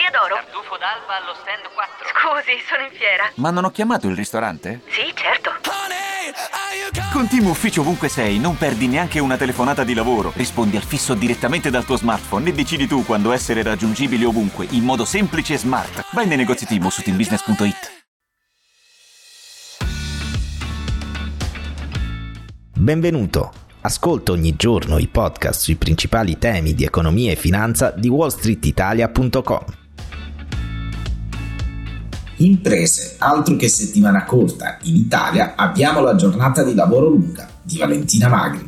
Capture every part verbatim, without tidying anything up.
Osteria d'Oro. Tartufo d'alba allo stand quattro. Scusi, sono in fiera. Ma non ho chiamato il ristorante? Sì, certo. Con Team Ufficio ovunque sei, non perdi neanche una telefonata di lavoro. Rispondi al fisso direttamente dal tuo smartphone e decidi tu quando essere raggiungibile ovunque, in modo semplice e smart. Vai nei negozi Team o su team business punto it. Benvenuto. Ascolta ogni giorno i podcast sui principali temi di economia e finanza di wall street italia punto com. Imprese, altro che settimana corta, in Italia abbiamo la giornata di lavoro lunga di Valentina Magri.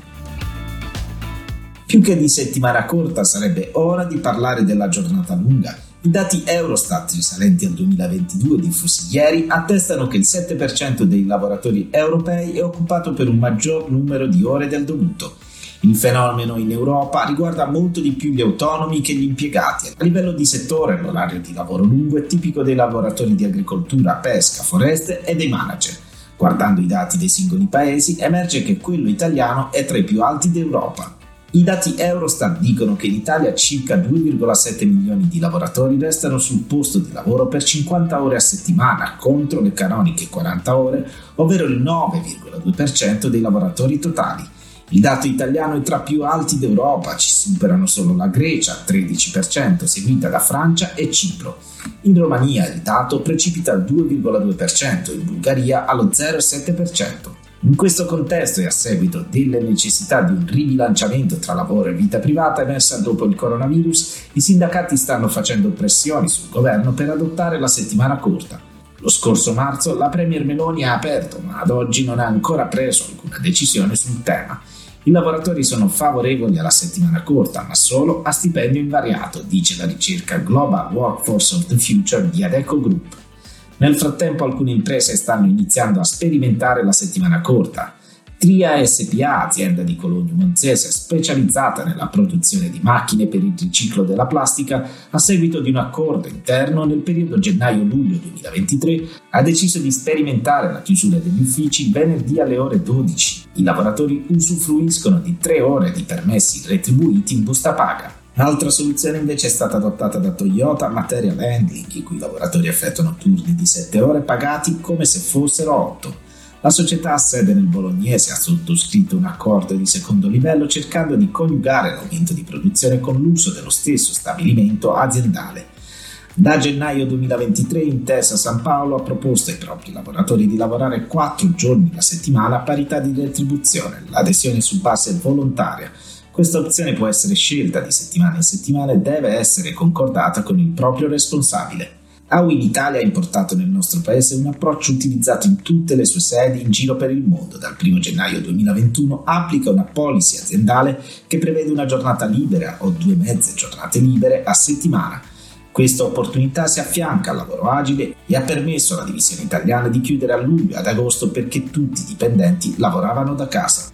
Più che di settimana corta sarebbe ora di parlare della giornata lunga. I dati Eurostat risalenti al duemilaventidue diffusi ieri attestano che il sette per cento dei lavoratori europei è occupato per un maggior numero di ore del dovuto. Il fenomeno in Europa riguarda molto di più gli autonomi che gli impiegati. A livello di settore, l'orario di lavoro lungo è tipico dei lavoratori di agricoltura, pesca, foreste e dei manager. Guardando i dati dei singoli paesi, emerge che quello italiano è tra i più alti d'Europa. I dati Eurostat dicono che in Italia circa due virgola sette milioni di lavoratori restano sul posto di lavoro per cinquanta ore a settimana, contro le canoniche quaranta ore, ovvero il nove virgola due per cento dei lavoratori totali. Il dato italiano è tra più alti d'Europa, ci superano solo la Grecia, tredici per cento, seguita da Francia e Cipro. In Romania il dato precipita al due virgola due per cento, in Bulgaria allo zero virgola sette per cento. In questo contesto e a seguito delle necessità di un ribilanciamento tra lavoro e vita privata emersa dopo il coronavirus, i sindacati stanno facendo pressioni sul governo per adottare la settimana corta. Lo scorso marzo la Premier Meloni ha aperto, ma ad oggi non ha ancora preso alcuna decisione sul tema. I lavoratori sono favorevoli alla settimana corta, ma solo a stipendio invariato, dice la ricerca Global Workforce of the Future di Adecco Group. Nel frattempo alcune imprese stanno iniziando a sperimentare la settimana corta. Tria S P A, azienda di Cologno Monzese specializzata nella produzione di macchine per il riciclo della plastica, a seguito di un accordo interno nel periodo gennaio-luglio duemilaventitré, ha deciso di sperimentare la chiusura degli uffici venerdì alle ore dodici. I lavoratori usufruiscono di tre ore di permessi retribuiti in busta paga. Un'altra soluzione invece è stata adottata da Toyota Material Handling, in cui i lavoratori effettuano turni di sette ore pagati come se fossero otto. La società ha sede nel Bolognese ha sottoscritto un accordo di secondo livello cercando di coniugare l'aumento di produzione con l'uso dello stesso stabilimento aziendale. Da gennaio duemilaventitré Intesa San Paolo ha proposto ai propri lavoratori di lavorare quattro giorni alla settimana a parità di retribuzione, l'adesione su base volontaria. Questa opzione può essere scelta di settimana in settimana e deve essere concordata con il proprio responsabile. A W I N Italia ha importato nel nostro paese un approccio utilizzato in tutte le sue sedi in giro per il mondo. Dal primo gennaio duemilaventuno applica una policy aziendale che prevede una giornata libera o due mezze giornate libere a settimana. Questa opportunità si affianca al lavoro agile e ha permesso alla divisione italiana di chiudere a luglio e ad agosto perché tutti i dipendenti lavoravano da casa.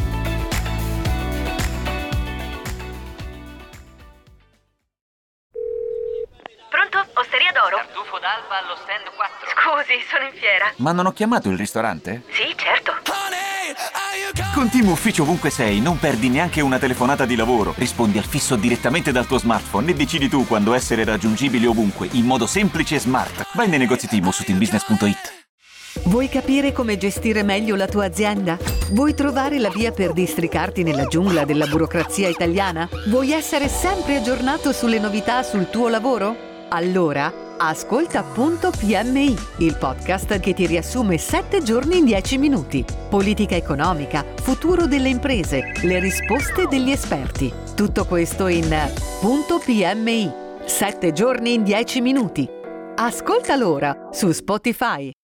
Osteria d'Oro. Tartufo d'alba allo stand quattro. Scusi, sono in fiera. Ma non ho chiamato il ristorante? Sì, certo. Con Team Ufficio ovunque sei, non perdi neanche una telefonata di lavoro. Rispondi al fisso direttamente dal tuo smartphone e decidi tu quando essere raggiungibile ovunque, in modo semplice e smart. Vai nei negozi Team o su team business punto it. Vuoi capire come gestire meglio la tua azienda? Vuoi trovare la via per districarti nella giungla della burocrazia italiana? Vuoi essere sempre aggiornato sulle novità sul tuo lavoro? Allora, ascolta Punto P M I, il podcast che ti riassume sette giorni in dieci minuti. Politica economica, futuro delle imprese, le risposte degli esperti. Tutto questo in Punto P M I, sette giorni in dieci minuti. Ascoltalo ora su Spotify.